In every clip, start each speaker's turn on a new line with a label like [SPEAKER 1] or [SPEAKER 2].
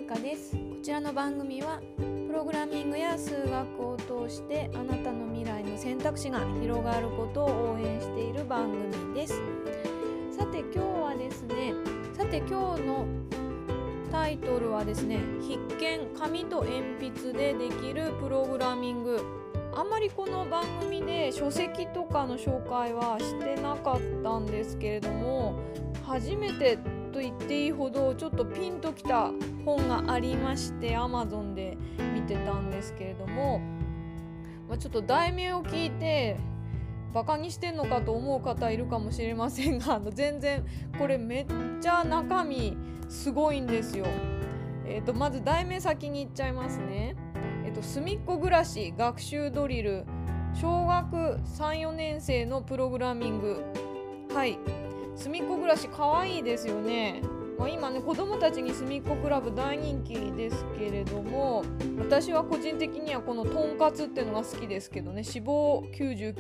[SPEAKER 1] 香です。こちらの番組はプログラミングや数学を通してあなたの未来の選択肢が広がることを応援している番組です。さて今日のタイトルはですね、必見紙と鉛筆でできるプログラミング。あんまりこの番組で書籍とかの紹介はしてなかったんですけれども、初めてと言っていいほどちょっとピンときた本がありまして Amazon で見てたんですけれども、ちょっと題名を聞いてバカにしてんのかと思う方いるかもしれませんが、全然これめっちゃ中身すごいんですよ。まず題名先に言っちゃいますね。すみっこ暮らし学習ドリル小学 3,4 年生のプログラミング。はい、すみっこ暮らしかわいいですよね。今ね、子どもたちにすみっこクラブ大人気ですけれども、私は個人的にはこのとんかつっていうのが好きですけどね、脂肪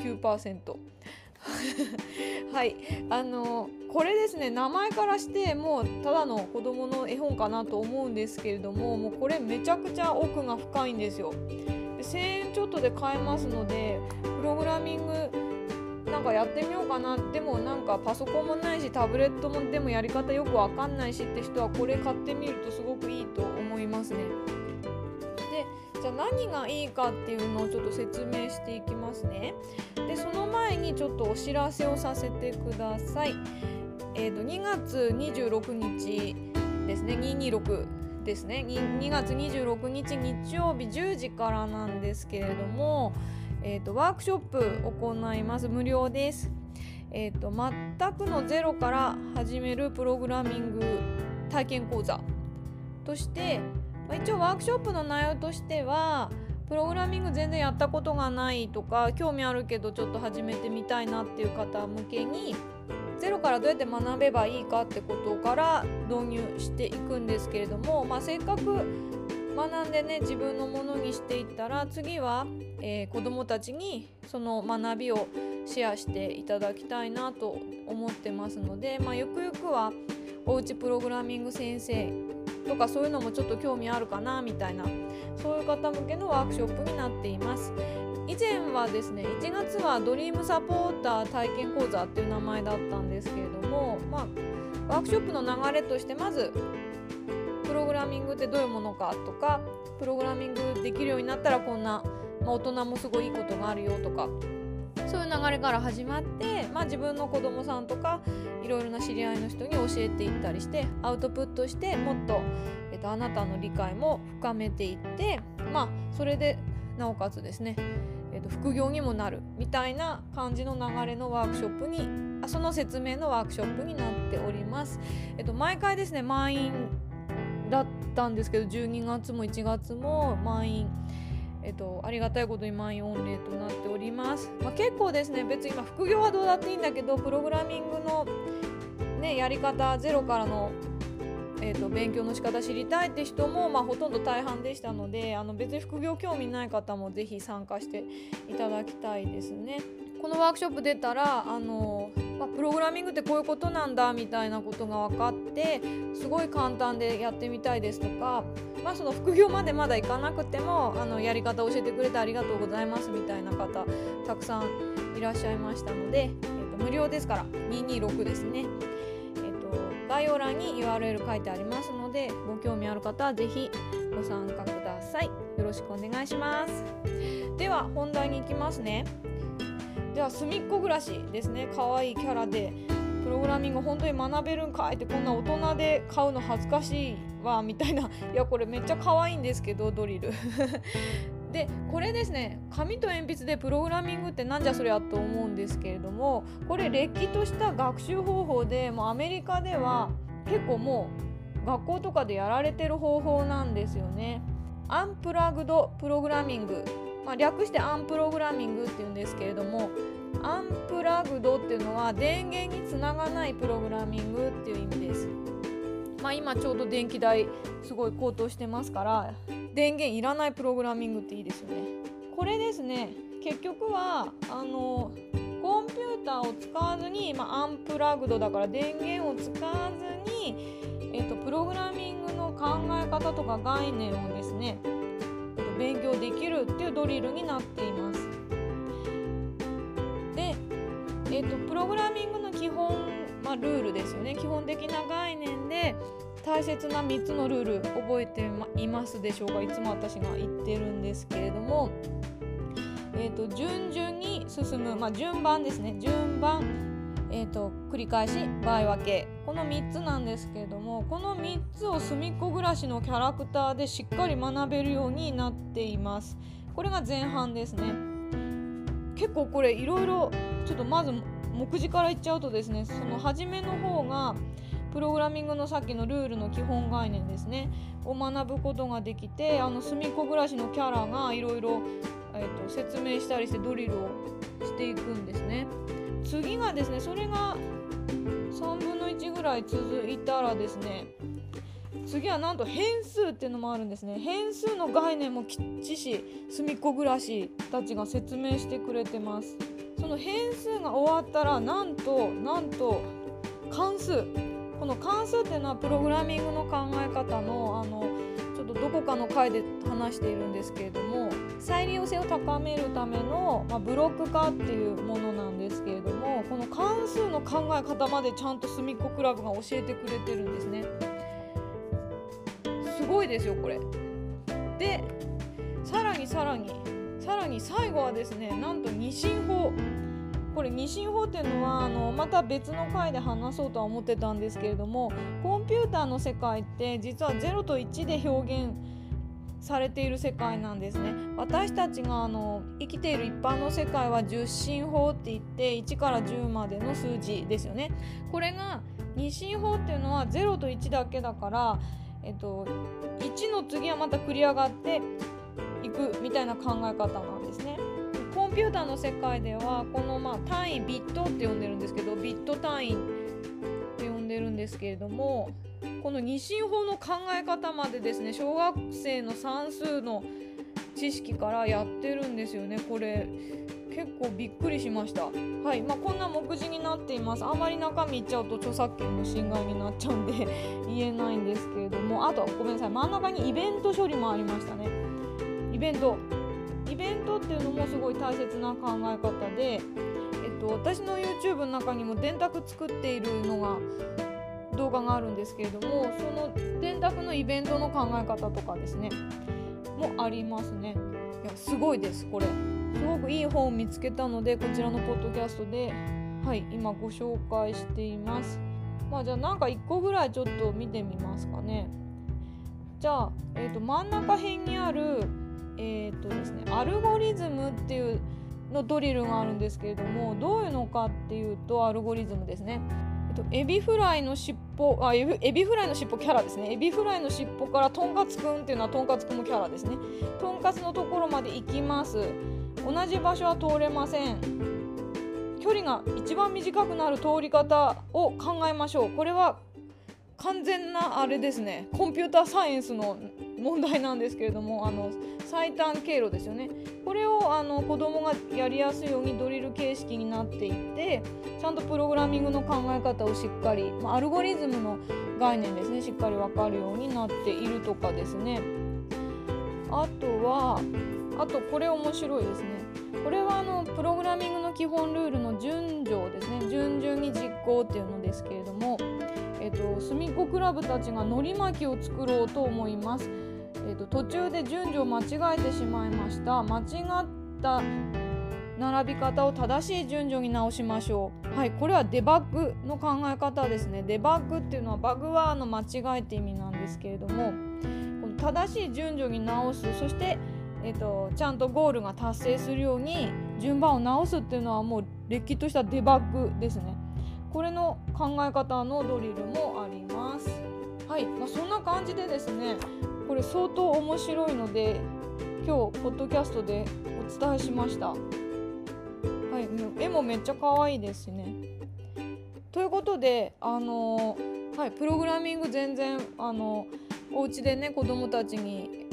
[SPEAKER 1] 99% はい、これですね、名前からしてもうただの子供の絵本かなと思うんですけれども、もうこれめちゃくちゃ奥が深いんですよ。1000円ちょっとで買えますので、プログラミングなんかやってみようかな。でもなんかパソコンもないしタブレットもでもやり方よくわかんないしって人はこれ買ってみるとすごくいいと思いますね。で、じゃあ何がいいかっていうのをちょっと説明していきますね。で、その前にちょっとお知らせをさせてください。2月26日ですね、226ですね、2月26日日曜日10時からなんですけれども、ワークショップ行います。無料です。全くのゼロから始めるプログラミング体験講座として、一応ワークショップの内容としては、プログラミング全然やったことがないとか、興味あるけどちょっと始めてみたいなっていう方向けに、ゼロからどうやって学べばいいかってことから導入していくんですけれども、せっかく学んでね、自分のものにしていったら、次は、子どもたちにその学びをシェアしていただきたいなと思ってますので、ゆくゆくはおうちプログラミング先生とかそういうのもちょっと興味あるかなみたいな、そういう方向けのワークショップになっています。以前はですね、1月はドリームサポーター体験講座っていう名前だったんですけれども、ワークショップの流れとして、まずプログラミングってどういうものかとか、プログラミングできるようになったらこんな、大人もすごいいいことがあるよとか、そういう流れから始まって、自分の子供さんとかいろいろな知り合いの人に教えていったりして、アウトプットしてもっと、あなたの理解も深めていって、それでなおかつですね、副業にもなるみたいな感じの流れのワークショップに、その説明のワークショップになっております。毎回ですね、満員だったんですけど、12月も1月も満員、ありがたいことに満員御礼となっております。結構ですね、別に副業はどうだっていいんだけど、プログラミングの、やり方ゼロからの、勉強の仕方知りたいって人も、ほとんど大半でしたので、別に副業興味ない方もぜひ参加していただきたいですね。このワークショップ出たらプログラミングってこういうことなんだみたいなことが分かって、すごい簡単でやってみたいですとか、その副業までまだいかなくてもやり方を教えてくれてありがとうございますみたいな方たくさんいらっしゃいましたので、無料ですから226ですね。概要欄に URL 書いてありますので、ご興味ある方はぜひご参加ください。よろしくお願いします。では本題に行きますね。では、すみっこ暮らしですね。可愛いキャラでプログラミング本当に学べるんかいって、こんな大人で買うの恥ずかしいわみたいな、いやこれめっちゃ可愛いんですけど、ドリルで、これですね、紙と鉛筆でプログラミングってなんじゃそりゃと思うんですけれども、これれっきとした学習方法で、もうアメリカでは結構もう学校とかでやられてる方法なんですよね。アンプラグドプログラミング、略してアンプログラミングっていうんですけれども、アンプラグドっていうのは電源につながないプログラミングっていう意味です。今ちょうど電気代すごい高騰してますから、電源いらないプログラミングっていいですよね。これですね、結局はコンピューターを使わずに、アンプラグドだから電源を使わずに、プログラミングの考え方とか概念をですね勉強できるっていうドリルになっています。で、プログラミングの基本、ルールですよね。基本的な概念で大切な3つのルール覚えていますでしょうか。いつも私が言ってるんですけれども、順々に進む、順番ですね。順番、繰り返し、場合分け、この3つなんですけれども、この3つをすみっこ暮らしのキャラクターでしっかり学べるようになっています。これが前半ですね。結構これいろいろ、ちょっとまず目次から言っちゃうとですね、その初めの方がプログラミングのさっきのルールの基本概念ですねを学ぶことができて、すみっこ暮らしのキャラがいろいろ説明したりしてドリルをしていくんですね。次がですね、それが3分の1ぐらい続いたらですね、次はなんと変数っていうのもあるんですね。変数の概念もきっちしすみっこ暮らしたちが説明してくれてます。その変数が終わったらなんと関数、この関数っていうのはプログラミングの考え方のちょっとどこかの回で話しているんですけれども、再利用性を高めるための、ブロック化っていうものなんですけれども、この関数の考え方までちゃんとすみっこクラブが教えてくれてるんですね。すごいですよこれ。でさらに最後はですね、なんと二進法。これ二進法っていうのはまた別の回で話そうとは思ってたんですけれども、コンピューターの世界って実は0と1で表現されている世界なんですね。私たちが生きている一般の世界は十進法って言って1から10までの数字ですよね。これが二進法っていうのは0と1だけだから、1の次はまた繰り上がっていくみたいな考え方なんですね。コンピューターの世界ではこの単位ビットって呼んでるんですけど、ビット単位って呼んでるんですけれども、この二進法の考え方までですね、小学生の算数の知識からやってるんですよね。これ結構びっくりしました。はい、こんな目次になっています。あんまり中身いっちゃうと著作権の侵害になっちゃうんで言えないんですけれども、あとごめんなさい、真ん中にイベント処理もありましたね。イベントっていうのもすごい大切な考え方で、私の YouTube の中にも電卓作っている動画があるんですけれども、その電卓のイベントの考え方とかですねもありますね。いやすごいです。これすごくいい本を見つけたので、こちらのポッドキャストで今ご紹介しています。じゃあなんか1個ぐらいちょっと見てみますかね。じゃあ、真ん中辺にあるですね、アルゴリズムっていうのドリルがあるんですけれども、どういうのかっていうと、アルゴリズムですね。エビフライの尻尾エビフライの尻尾キャラですね。エビフライの尻尾からとんかつくんっていうのはとんかつくんもキャラですね。とんかつのところまで行きます。同じ場所は通れません。距離が一番短くなる通り方を考えましょう。これは完全なあれですね、コンピューターサイエンスの問題なんですけれども、最短経路ですよね。これを子供がやりやすいようにドリル形式になっていて、ちゃんとプログラミングの考え方をしっかり、アルゴリズムの概念ですね、しっかり分かるようになっているとかですね。あとこれ面白いですね。これはプログラミングの基本ルールの順序ですね。順々に実行っていうのですけれども、すみっこクラブたちがのり巻きを作ろうと思います。途中で順序を間違えてしまいました。間違った並び方を正しい順序に直しましょう。これはデバッグの考え方ですね。デバッグっていうのはバグは間違いって意味なんですけれども、この正しい順序に直す、そして、ちゃんとゴールが達成するように順番を直すっていうのはもうれっきとしたデバッグですね。これの考え方のドリルもあります。そんな感じでですね、これ相当面白いので今日ポッドキャストでお伝えしました。絵もめっちゃ可愛いですしね。ということでプログラミング全然お家でね子供たちに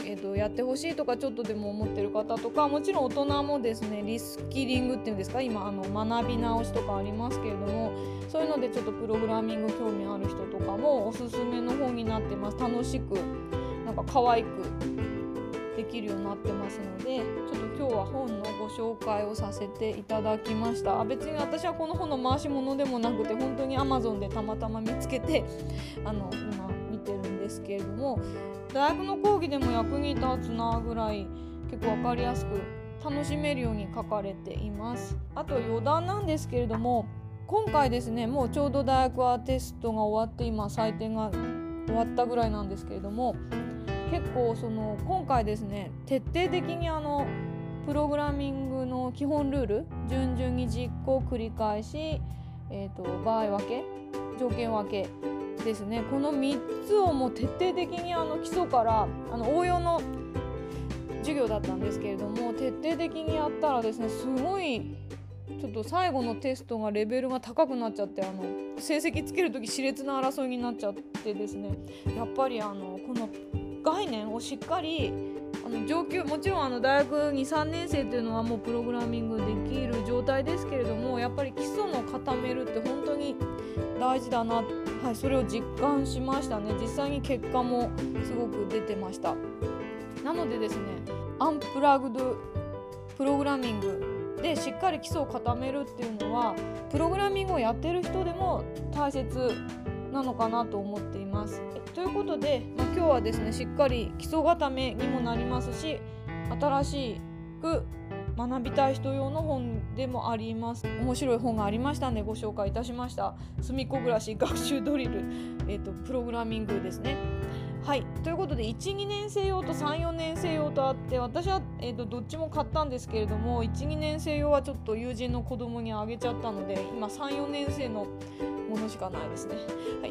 [SPEAKER 1] やってほしいとかちょっとでも思ってる方とか、もちろん大人もですねリスキリングっていうんですか、今学び直しとかありますけれども、そういうのでちょっとプログラミング興味ある人とかもおすすめの本になってます。楽しくなんか可愛くできるようになってますので、ちょっと今日は本のご紹介をさせていただきました。別に私はこの本の回し物でもなくて、本当に Amazon でたまたま見つけて今見てるんですけれども、大学の講義でも役に立つなぐらい結構分かりやすく楽しめるように書かれています。あと余談なんですけれども、今回ですね、もうちょうど大学はテストが終わって今採点が終わったぐらいなんですけれども、結構今回ですね徹底的にプログラミングの基本ルール、順々に実行繰り返し、場合分け、条件分けですね、この3つをもう徹底的に基礎から応用の授業だったんですけれども、徹底的にやったらですね、すごいちょっと最後のテストがレベルが高くなっちゃって、成績つけるとき熾烈な争いになっちゃってですね、やっぱりこの概念をしっかり上級、もちろん大学 2,3 年生というのはもうプログラミングできる状態ですけれども、やっぱり基礎の固めるって本当に大事だな、それを実感しましたね。実際に結果もすごく出てました。なのでですね、アンプラグドプログラミングでしっかり基礎を固めるっていうのは、プログラミングをやってる人でも大切なのかなと思っています。ということで、今日はですねしっかり基礎固めにもなりますし、新しく学びたい人用の本でもあります。面白い本がありましたのでご紹介いたしました。隅っこ暮らし学習ドリル、プログラミングですね。はい、ということで 1,2 年生用と 3,4 年生用とあって、私は、どっちも買ったんですけれども、 1,2 年生用はちょっと友人の子供にあげちゃったので、今 3,4 年生のものしかないですね。はい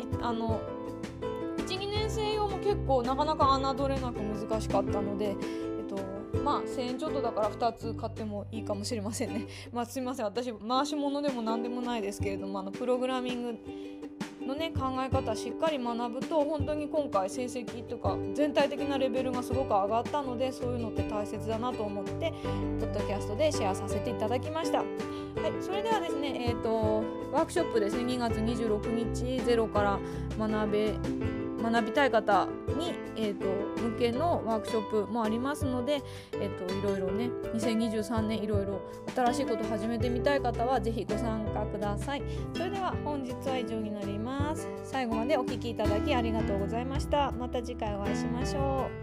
[SPEAKER 1] 、1,2 年生用も結構なかなか侮れなく難しかったので、1000円ちょっとだから2つ買ってもいいかもしれませんね。すいません、私回し物でも何でもないですけれども、プログラミングのね考え方しっかり学ぶと、本当に今回成績とか全体的なレベルがすごく上がったので、そういうのって大切だなと思ってポッドキャストでシェアさせていただきました。はい、それではですね、ワークショップですね、2月26日ゼロから学びたい方に、向けのワークショップもありますので、いろいろね2023年いろいろ新しいことを始めてみたい方はぜひご参加ください。それでは本日は以上になります。最後までお聞きいただきありがとうございました。また次回お会いしましょう。